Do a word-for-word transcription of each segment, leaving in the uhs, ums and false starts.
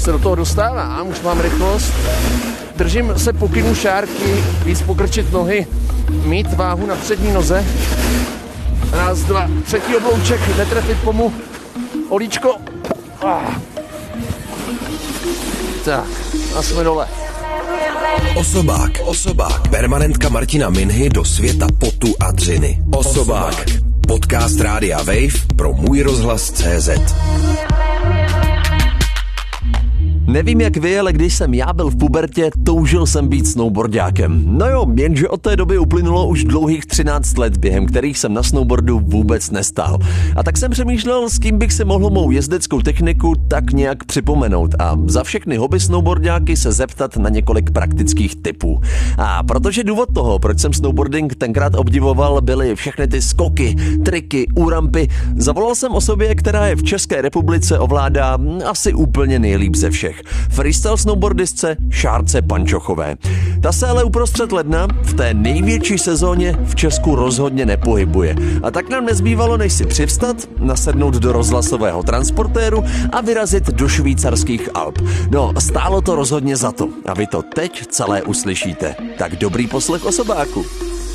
se do toho dostávám, už mám rychlost. Držím se pokynu šárky, víc pokrčit nohy, mít váhu na přední noze. Raz, dva, třetí oblouček, netrefit pomu. Olíčko. Ah. Tak, a jsme dole. Osobák, osobák. Permanentka Martina Minhy do světa potu a dřiny. Osobák. Podcast Rádia Wave pro Můj rozhlas tečka cé zet. Nevím jak vy, ale když jsem já byl v pubertě, toužil jsem být snowboardákem. No jo, jenže od té doby uplynulo už dlouhých třináct let, během kterých jsem na snowboardu vůbec nestál. A tak jsem přemýšlel, s kým bych si mohl mou jezdeckou techniku tak nějak připomenout a za všechny hobby snowboardáky se zeptat na několik praktických tipů. A protože důvod toho, proč jsem snowboarding tenkrát obdivoval, byly všechny ty skoky, triky, úrampy, zavolal jsem osobě, která je v České republice ovládá asi úplně nejlíp ze všech. Freestyle snowboardistce Šárce Pančochové. Ta se ale uprostřed ledna v té největší sezóně v Česku rozhodně nepohybuje. A tak nám nezbývalo, než si přivstat, nasednout do rozhlasového transportéru a vyrazit do švýcarských Alp. No, stálo to rozhodně za to. A vy to teď celé uslyšíte. Tak dobrý poslech osobáku.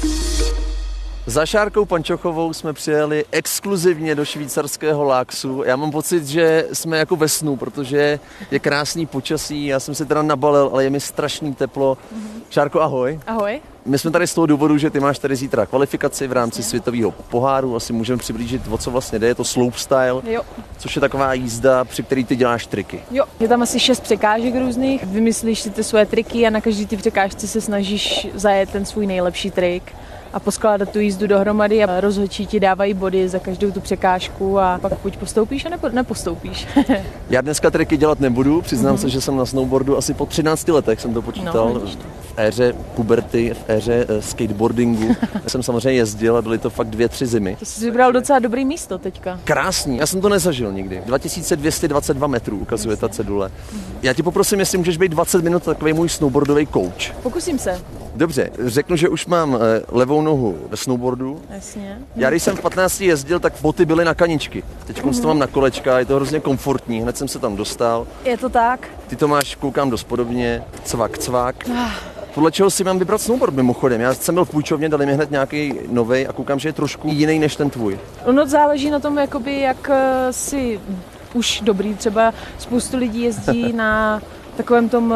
Za Šárkou Pančochovou jsme přijeli exkluzivně do švýcarského Laaksu. Já mám pocit, že jsme jako ve snu, protože je krásný počasí, já jsem si teda nabalil, ale je mi strašný teplo. Mm-hmm. Šárko, ahoj. Ahoj. My jsme tady z toho důvodu, že ty máš tady zítra kvalifikaci v rámci světového poháru. Asi můžeme přiblížit, o co vlastně jde. Je to slopestyle, jo. Což je taková jízda, při který ty děláš triky. Jo, je tam asi šest překážek různých. Vymyslíš si ty svoje triky a na každý ty překážce se snažíš zajet ten svůj nejlepší trik a poskládat tu jízdu dohromady a rozhodčí ti dávají body za každou tu překážku a pak buď postoupíš a nepo, nepostoupíš. Já dneska triky dělat nebudu, přiznám mm-hmm. se, že jsem na snowboardu asi po třinácti letech jsem to počítal. No, v éře puberty, v éře uh, skateboardingu jsem samozřejmě jezdil a byly to fakt dvě, tři zimy. To jsi vybral docela dobrý místo teďka. Krásný, já jsem to nezažil nikdy. dva tisíce dvě stě dvacet dva metrů ukazuje ta cedule. Mm-hmm. Já ti poprosím, jestli můžeš být dvacet minut takový můj snowboardový coach. Pokusím se. Dobře, řeknu, že už mám levou nohu ve snowboardu. Jasně. Já když jsem v patnácti jezdil, tak boty byly na kaničky. Teď mm-hmm. to mám na kolečka, je to hrozně komfortní, hned jsem se tam dostal. Je to tak. Ty to máš, koukám, dost podobně, cvak, cvak. Podle čeho si mám vybrat snowboard mimochodem? Já jsem byl v půjčovně, dali mi hned nějaký novej a koukám, že je trošku jiný než ten tvůj. Ono záleží na tom, jakoby, jak si už dobrý. Třeba spoustu lidí jezdí na takovém tom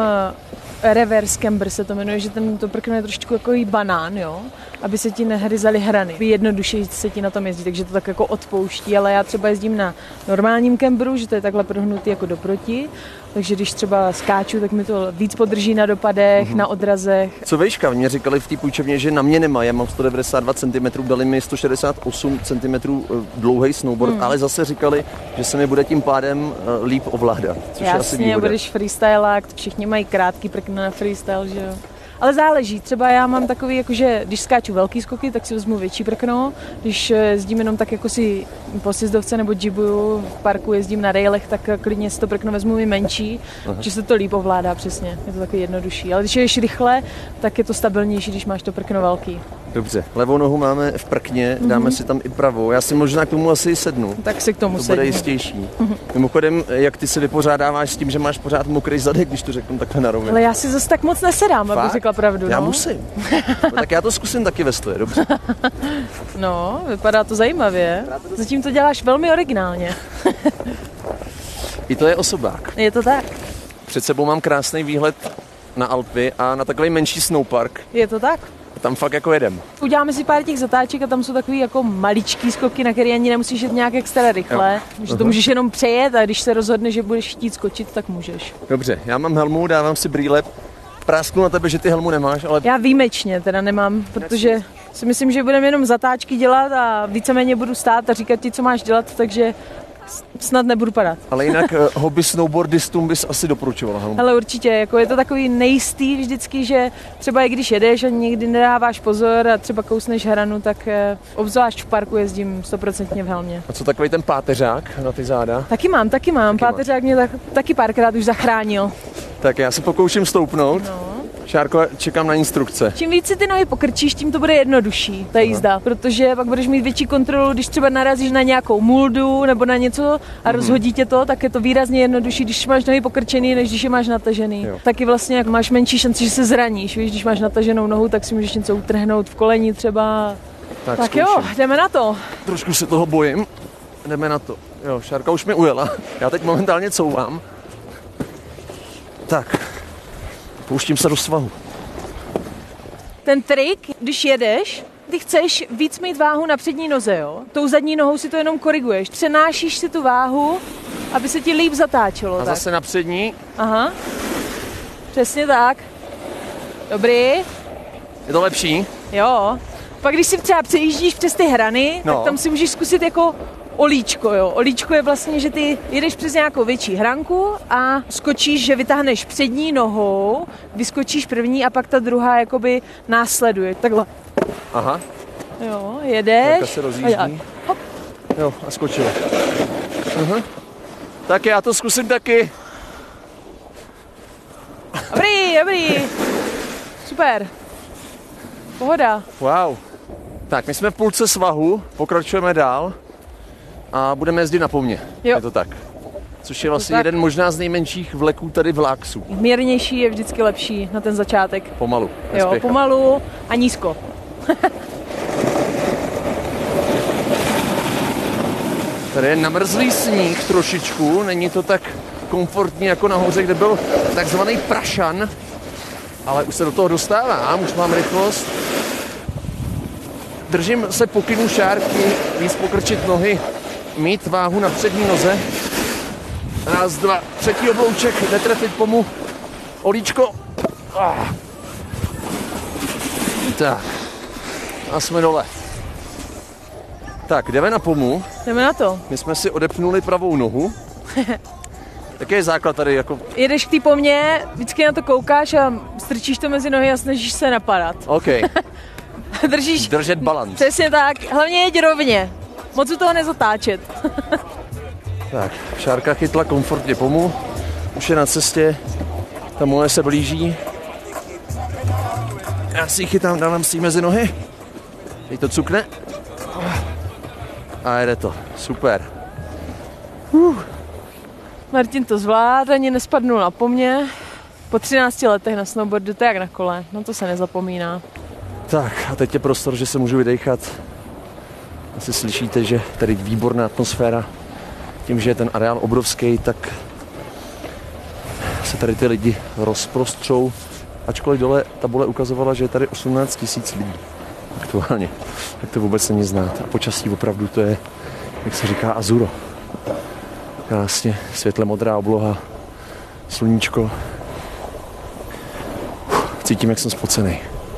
reverse camber se to jmenuje, že ten to prkno je trošičku jako banán, jo, aby se ti nehryzaly hrany. Jednodušeji se ti na tom jezdí, takže to tak jako odpouští, ale já třeba jezdím na normálním camberu, že to je takhle prohnutý jako doproti, takže když třeba skáču, tak mi to víc podrží na dopadech, mm-hmm. na odrazech. Co vejška? Mě říkali v té půjčovně, že na mě nemá, já mám sto devadesát dva centimetrů, dali mi sto šedesát osm centimetrů dlouhý snowboard, mm. ale zase říkali, že se mi bude tím pádem líp ovládat, což Jasně, je asi výhoda. budeš freestylák, všichni mají krátký prkno na freestyle, že jo. Ale záleží, třeba já mám takový, jakože když skáču velký skoky, tak si vezmu větší prkno, když jezdím jenom tak jako si po sjezdovce nebo jibuju v parku, jezdím na railech, tak klidně si to prkno vezmu i menší, že se to líp ovládá přesně, je to takový jednodušší. Ale když jdeš rychle, tak je to stabilnější, když máš to prkno velký. Dobře, levou nohu máme v prkně, dáme mm-hmm. si tam i pravou. Já si možná k tomu asi sednu. Tak si k tomu sednu. To bude jistější. Mm-hmm. Mimochodem, jak ty se vypořádáváš s tím, že máš pořád mokrý zadek, když to řeknu takhle na rovinu? Ale já si zase tak moc nesedám, abych řekla pravdu. Já no? musím. No, tak já to zkusím taky ve stoje, dobře? No, vypadá to zajímavě. Zatím to děláš velmi originálně. I to je osobák. Je to tak. Před sebou mám krásný výhled na Alpy a na takový menší snowpark. Je to tak. Tam fakt jako jedem. Uděláme si pár těch zatáček a tam jsou takový jako maličký skoky, na který ani nemusíš jet nějak extra rychle. Jo. Že to můžeš jenom přejet a když se rozhodneš, že budeš chtít skočit, tak můžeš. Dobře, já mám helmu, dávám si brýle. Prásknu na tebe, že ty helmu nemáš, ale... Já výjimečně teda nemám, protože si myslím, že budeme jenom zatáčky dělat a víceméně budu stát a říkat ti, co máš dělat, takže snad nebudu padat. Ale jinak hobby snowboardistům bys asi doporučovala helmu. Ale určitě, jako je to takový nejistý vždycky, že třeba i když jedeš a někdy nedáváš pozor a třeba kousneš hranu, tak obzvlášť v parku jezdím stoprocentně v helmě. A co takový ten páteřák na ty záda? Taky mám, taky mám. Taky páteřák máš. Mě tak, taky párkrát už zachránil. Tak já se pokouším stoupnout. No. Šárko, čekám na instrukce. Čím víc si ty nohy pokrčíš, tím to bude jednodušší, ta jízda, protože pak budeš mít větší kontrolu, když třeba narazíš na nějakou muldu nebo na něco a rozhodí tě to, tak je to výrazně jednodušší, když máš nohy pokrčený, než když je máš natažený. Jo. Taky vlastně jak máš menší šanci, že se zraníš, víš, když máš nataženou nohu, tak si můžeš něco utrhnout v koleni třeba. Tak, tak jo, jdeme na to. Trošku se toho bojím, jdeme na to. Jo, Šárka už mi ujela, já teď momentálně couvám. Tak, pouštím se do svahu. Ten trik, když jedeš, ty chceš víc mít váhu na přední noze, jo? Tou zadní nohou si to jenom koriguješ. Přenášíš si tu váhu, aby se ti líp zatáčelo. A tak. Zase na přední. Aha, přesně tak. Dobrý. Je to lepší? Jo. Pak když si třeba přejíždíš přes ty hrany, no. tak tam si můžeš zkusit jako olíčko, jo. Olíčko je vlastně, že ty jedeš přes nějakou větší hranku a skočíš, že vytáhneš přední nohou, vyskočíš první a pak ta druhá jakoby následuje. Takhle. Aha. Jo, jedeš. Hranka se rozjíždí. Hop. Jo, a skočila. Aha. Tak já to zkusím taky. Dobrý, dobrý. Super. Pohoda. Wow. Tak, my jsme v půlce svahu, pokračujeme dál a budeme jezdit na pomě. Jo. Je to tak. Což je vlastně jeden možná z nejmenších vleků tady v Láksu. Mírnější je vždycky lepší na ten začátek. Pomalu. Jo, pomalu a nízko. Tady je namrzlý sníh trošičku, není to tak komfortní jako nahoře, kde byl takzvaný prašan, ale už se do toho dostávám, už mám rychlost. Držím se pokynu Šárky, víc pokrčit nohy, mít váhu na přední noze. Raz, dva, třetí oblouček, netrefit pomu, olíčko. Ah. Tak, a jsme dole. Tak, jdeme na pomu. Jdeme na to. My jsme si odepnuli pravou nohu. Jaký je základ tady? Jako... Jedeš k té pomě, vždycky na to koukáš a strčíš to mezi nohy a snažíš se napadat. OK. Držíš... Držet balans. Přesně tak. Hlavně jeď rovně. Moc u toho nezatáčet. Tak, Šárka chytla komfortně pomu. Už je na cestě. Ta moje se blíží. Já si ji chytám, dávám si ji mezi nohy. Teď to cukne. A jede to. Super. Uh. Martin to zvládl, ani nespadnul na pomě. Po třinácti letech na snowboardu, to je jak na kole. No to se nezapomíná. Tak a teď je prostor, že se můžu vydejchat. Asi slyšíte, že tady výborná atmosféra. Tím, že je ten areál obrovský, tak se tady ty lidi rozprostřou. Ačkoliv dole tabule ukazovala, že je tady osmnáct tisíc lidí aktuálně. Tak to vůbec není znát. A počasí opravdu to je, jak se říká, azuro. Krásně, světle modrá obloha, sluníčko. Cítím, jak jsem spocený.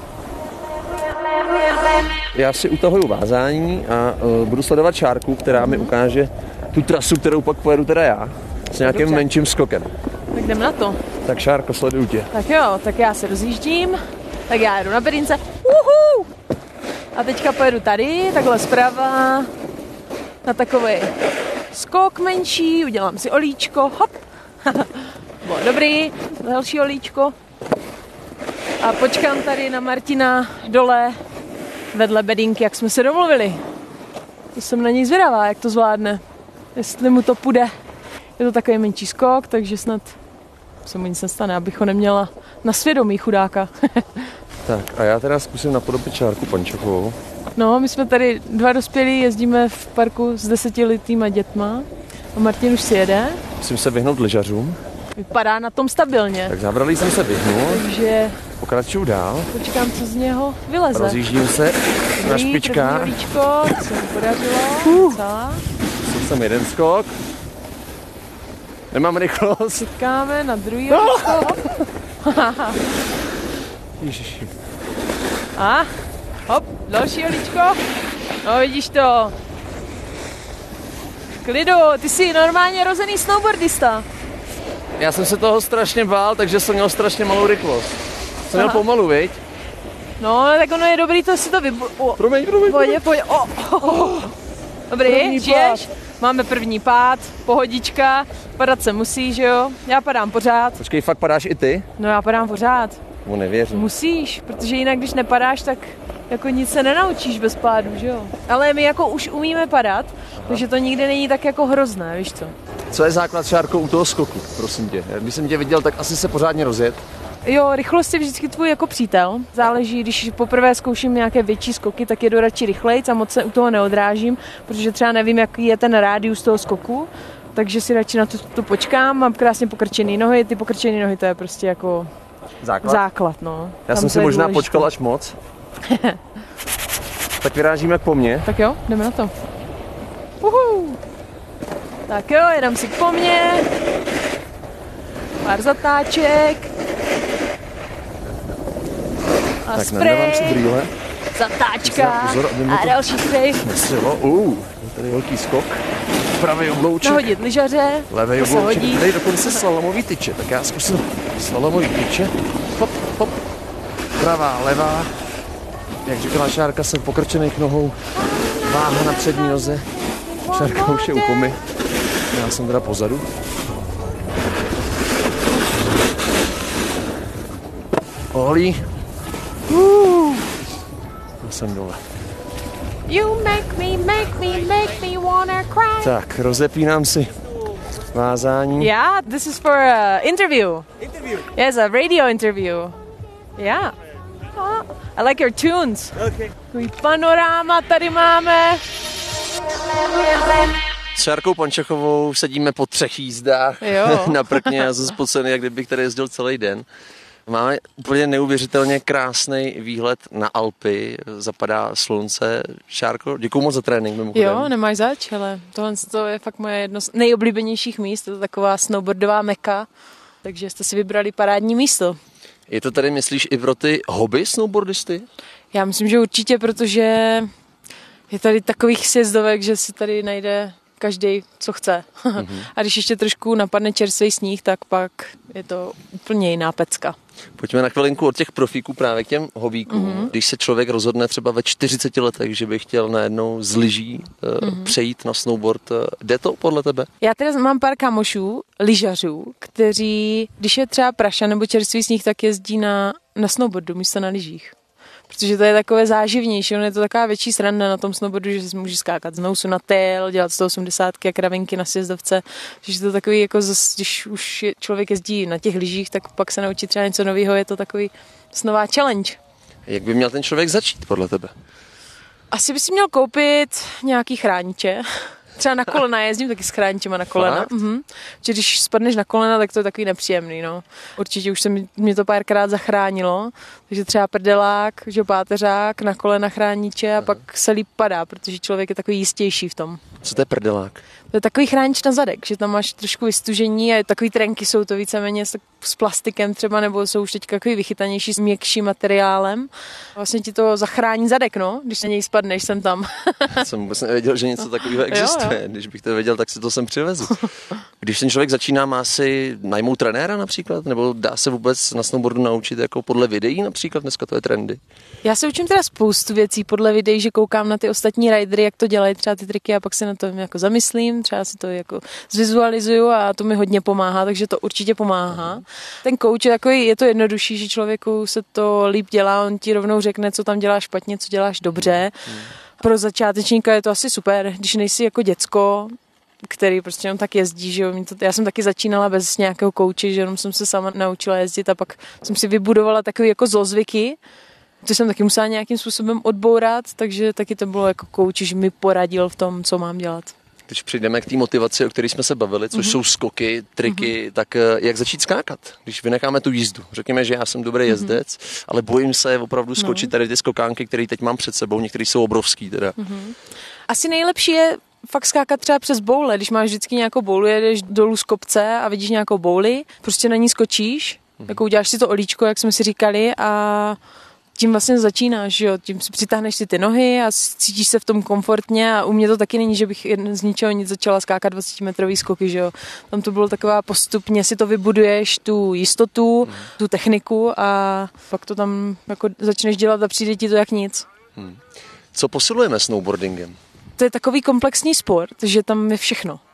Já si utahuju vázání a uh, budu sledovat Šárku, která mi ukáže tu trasu, kterou pak pojedu teda já. S nějakým Dobře. menším skokem. Tak jdem na to. Tak Šárko, sleduju tě. Tak jo, tak já se rozjíždím. Tak já jedu na bedince. Uhu! A teďka pojedu tady, takhle zprava. Na takový skok menší, udělám si olíčko. Hop. Bylo dobrý, další olíčko. A počkám tady na Martina dole vedle bedinky, jak jsme se domluvili. To jsem na něj zvědavá, jak to zvládne. Jestli mu to půjde. Je to takový menší skok, takže snad se mu nic nestane, abych ho neměla na svědomí, chudáka. Tak a já teda zkusím napodobit Šárku Pančochovou. No, my jsme tady dva dospělí, jezdíme v parku s desetiletýma dětma a Martin už si jede. Musím se vyhnout lyžařům. Vypadá na tom stabilně. Tak zábralí jsem se vyhnul. Takže pokračuju dál. Počkám, co z něho vyleze. Rozjíždím se Dobrý, na špičkách. První olíčko, to se mi podařilo. Uh. Jsem jeden skok. Nemám rychlost. Čekáme na druhý olíčko. Ježiši. A hop, další olíčko. No vidíš to. Klidu, ty jsi normálně rozený snowboardista. Já jsem se toho strašně bál, takže jsem měl strašně malou rychlost. Jsem měl pomalu, viď? No, tak ono je dobrý to si to vybu... Oh. Promiň, promiň, Pojď, pojď. Oh, oh, oh. Dobrý, žiješ? Máme první pád, pohodička. Padat se musí, že jo? Já padám pořád. Počkej, fakt padáš i ty? No já padám pořád. Mu nevěřím. Musíš, protože jinak, když nepadáš, tak jako nic se nenaučíš bez pádu, že jo? Ale my jako už umíme padat, Aha. takže to nikdy není tak jako hrozné, víš co? Co je základ, Šárko, u toho skoku, prosím tě? Když jsem tě viděl, tak asi se pořádně rozjet. Jo, rychlost je vždycky tvůj jako přítel. Záleží, když poprvé zkouším nějaké větší skoky, tak jedu radši rychlejc a moc se u toho neodrážím, protože třeba nevím, jaký je ten rádius toho skoku, takže si radši na to, to počkám, mám krásně pokrčený nohy, ty pokrčený nohy, to je prostě jako základ, základ no. Já Tam jsem si možná důležité. počkal až moc. Tak vyrážíme po mně. Tak jo, jdeme na to. Uhu. Tak jo, jedem si po mně. Pár zatáček. A tak spray. nandávám si brýle. Zatáčka. Pozor, aby mi a to další spray. nestřelo. Uh, je tady velký skok. Pravý oblouček. Nahodit lyžaře. Levý to se oblouček. hodí. Tady dokonce slalomový tyče. Tak já zkusím slalomový tyče. Hop, hop. Pravá, levá. Jak říkala Šárka, jsem pokrčených nohou. Váha na přední noze. Šárka už je u komy. Já jsem teda pozadu. Olí. Uh. Já jsem dole. You make me, make me, make me wanna cry. Tak, rozepínám si vázání. Yeah, this is for a interview. Interview. Yes, a radio interview. Yeah. Oh, I like your tunes. Okay. Takový panoráma tady máme. S Šárkou Pančachovou sedíme po třech jízdách Jo. na prkně a jsem spocený, jak kdybych tady jezdil celý den. Máme úplně neuvěřitelně krásný výhled na Alpy, zapadá slunce. Šárko, děkuju moc za trénink mimochodem. Jo, nemáš zač, ale tohle to je fakt moje jedno z nejoblíbenějších míst, je to taková snowboardová meka, takže jste si vybrali parádní místo. Je to tady, myslíš, i pro ty hobby snowboardisty? Já myslím, že určitě, protože je tady takových sjezdovek, že si tady najde každý, co chce. Mm-hmm. A když ještě trošku napadne čerstvý sníh, tak pak je to úplně jiná pecka. Pojďme na chvilinku od těch profíků právě k těm hobíkům. Mm-hmm. Když se člověk rozhodne třeba ve čtyřiceti letech, že by chtěl najednou z lyží mm-hmm. přejít na snowboard, jde to podle tebe? Já teda mám pár kamošů, lyžařů, kteří, když je třeba praša nebo čerstvý sníh, tak jezdí na, na snowboardu místo na lyžích. Protože to je takové záživnější, on je to taková větší sranda na tom snowboardu, že si může skákat z nousu na tail, dělat sto osmdesátky a kravinky na sjezdovce. Takže to takový, jako zas, když už je, člověk jezdí na těch lyžích, tak pak se naučí třeba něco nového, je to takový nová challenge. Jak by měl ten člověk začít podle tebe? Asi by si měl koupit nějaký chrániče. Třeba na kolena jezdím taky s chráničema na kolena. Mhm. Že když spadneš na kolena, tak to je takový nepříjemný. No. Určitě už se mi, mě to párkrát zachránilo. Takže třeba prdelák, že páteřák, na kolena chrániče a Aha. pak se líp padá, protože člověk je takový jistější v tom. Co to je prdelák? To je takový chránič na zadek, že tam máš trošku vystužení a takový trenky jsou to víceméně s, s plastikem třeba, nebo jsou už teď takový vychytanější s měkším materiálem. Vlastně ti to zachrání zadek, no, když na něj spadneš sem tam. Jsem vůbec nevěděl, že něco takového existuje. Jo, jo. Když bych to věděl, tak si to sem přivezu. Když ten člověk začíná, má si najmout trenéra například, nebo dá se vůbec na snowboardu naučit jako podle videí například, dneska to je trendy. Já se učím teda spoustu věcí podle videí, že koukám na ty ostatní ridery, jak to dělají třeba ty triky a pak se na to jako zamyslím, třeba si to jako zvizualizuju a to mi hodně pomáhá, takže to určitě pomáhá. Ten coach je takový, je to jednodušší, že člověku se to líp dělá, on ti rovnou řekne, co tam děláš špatně, co děláš dobře. Pro začátečníka je to asi super, když nejsi jako děcko, který prostě jenom tak jezdí, že jo. Já jsem taky začínala bez nějakého kouče, že jenom jsem se sama naučila jezdit a pak jsem si vybudovala takový jako zlozvyky, to jsem taky musela nějakým způsobem odbourat, takže taky to bylo jako kouč, že mi poradil v tom, co mám dělat. Když přijdeme k té motivaci, o které jsme se bavili, což mm-hmm. jsou skoky, triky, mm-hmm. tak jak začít skákat, když vynecháme tu jízdu. Řekněme, že já jsem dobrý jezdec, mm-hmm. ale bojím se opravdu skočit no. tady ty skokánky, které teď mám před sebou, některé jsou obrovský teda. Mm-hmm. Asi nejlepší je fakt skákat třeba přes boule, když máš vždycky nějakou boulu, jedeš dolů z kopce a vidíš nějakou bouli, prostě na ní skočíš, mm-hmm. jako uděláš si to olíčko, jak jsme si říkali a tím vlastně začínáš, že jo, tím si přitáhneš si ty nohy a cítíš se v tom komfortně a u mě to taky není, že bych z ničeho nic začala skákat dvacetimetrový skoky, že jo. Tam to bylo taková postupně, si to vybuduješ, tu jistotu, hmm. tu techniku a pak to tam jako začneš dělat a přijde ti to jak nic. Hmm. Co posilujeme snowboardingem? To je takový komplexní sport, že tam je všechno.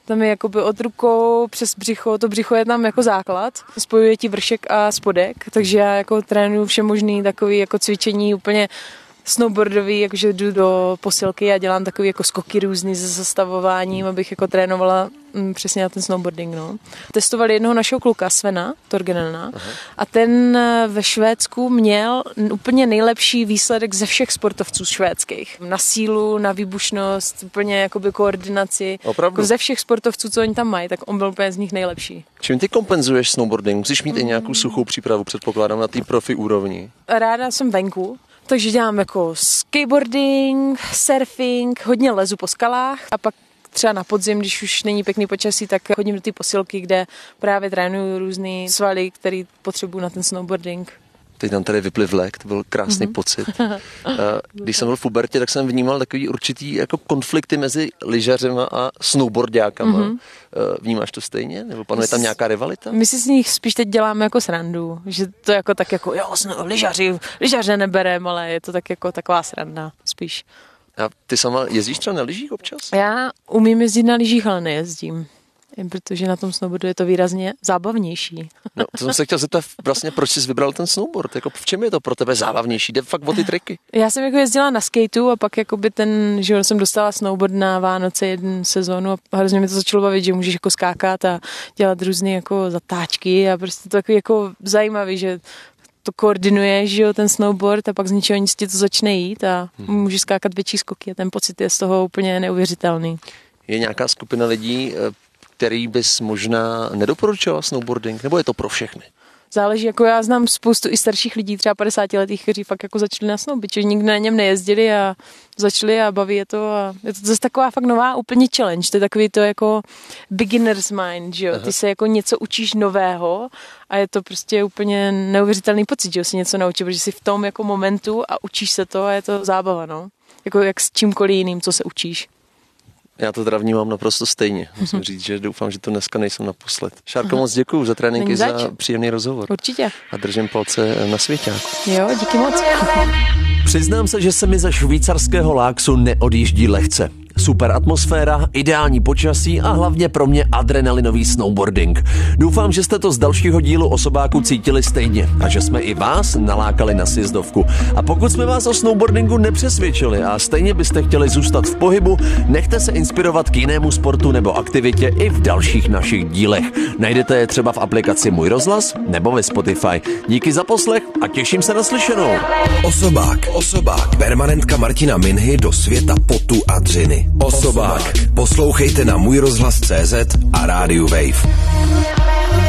Tam je jakoby od rukou přes břicho, to břicho je tam jako základ, spojuje ti vršek a spodek, takže já jako trénuju vše možný takový jako cvičení úplně snowboardový, jakože jdu do posilky a dělám takový jako skoky různý se zastavováním, abych jako trénovala m, přesně na ten snowboarding, no. Testovali jednoho našeho kluka, Svena Torgenena, a ten ve Švédsku měl úplně nejlepší výsledek ze všech sportovců švédských. Na sílu, na výbušnost, úplně jakoby koordinaci. Opravdu? Jako ze všech sportovců, co oni tam mají, tak on byl úplně z nich nejlepší. Čím ty kompenzuješ snowboarding? Musíš mít mm. i nějakou suchou přípravu, předpokládám, na té profi úrovni. Ráda jsem venku, takže dělám jako skateboarding, surfing, hodně lezu po skalách a pak třeba na podzim, když už není pěkný počasí, tak chodím do té posilky, kde právě trénuju různý svaly, který potřebuju na ten snowboarding. Teď nám tady vypliv vlek, to byl krásný mm-hmm. pocit. Když jsem byl v pubertě, tak jsem vnímal takový určitý jako konflikty mezi lyžařema a snowboardákama. Mm-hmm. Vnímáš to stejně? Nebo panuje tam nějaká rivalita? My si z nich spíš teď děláme jako srandu, že to jako tak jako, jo, lyžaři, lyžaře neberem, ale je to tak jako taková sranda spíš. A ty sama jezdíš třeba na lyžích občas? Já umím jezdit na lyžích, ale nejezdím. Protože na tom snowboardu je to výrazně zábavnější. No, to jsem se chtěl zeptat, vlastně proč jsi vybral ten snowboard? Jako v čem je to pro tebe zábavnější? Jde fakt o ty triky? Já jsem jako jezdila na skateu a pak jakoby ten, že jsem dostala snowboard na Vánoce jednu sezónu a hrozně mi to začalo bavit, že můžeš jako skákat a dělat různé jako zatáčky a prostě to takový jako zajímavý, že to koordinuješ, že jo, ten snowboard a pak z ničeho nic ti to začne jít a hmm. můžeš skákat větší skoky a ten pocit je z toho úplně neuvěřitelný. Je nějaká skupina lidí, který bys možná nedoporučoval snowboarding, nebo je to pro všechny? Záleží, jako já znám spoustu i starších lidí, třeba padesátiletých, kteří fakt jako začali na snowboard, že nikdy na něm nejezdili a začali a baví je to a je to zase taková fakt nová úplně challenge, to je takový to jako beginner's mind, že jo, Aha. ty se jako něco učíš nového a je to prostě úplně neuvěřitelný pocit, že jo, si něco naučí, protože jsi v tom jako momentu a učíš se to a je to zábava, no, jako jak s čímkoliv jiným, co se učíš. Já to teda vnímám naprosto stejně. Musím říct, že doufám, že to dneska nejsem naposled. Šárko, moc děkuju za tréninky, za příjemný rozhovor. Určitě. A držím palce na svěťáku. Jo, díky moc. Přiznám se, že se mi ze švýcarského Láksu neodjíždí lehce. Super atmosféra, ideální počasí a hlavně pro mě adrenalinový snowboarding. Doufám, že jste to z dalšího dílu Osobáku cítili stejně a že jsme i vás nalákali na sjezdovku. A pokud jsme vás o snowboardingu nepřesvědčili a stejně byste chtěli zůstat v pohybu, nechte se inspirovat k jinému sportu nebo aktivitě i v dalších našich dílech. Najdete je třeba v aplikaci Můj rozhlas nebo ve Spotify. Díky za poslech a těším se na slyšenou. Osobák, osobák, permanentka Martina Minhy do světa potu a dřiny. Osobák. Poslouchejte na můj rozhlas tečka cé zet a rádiu Wave.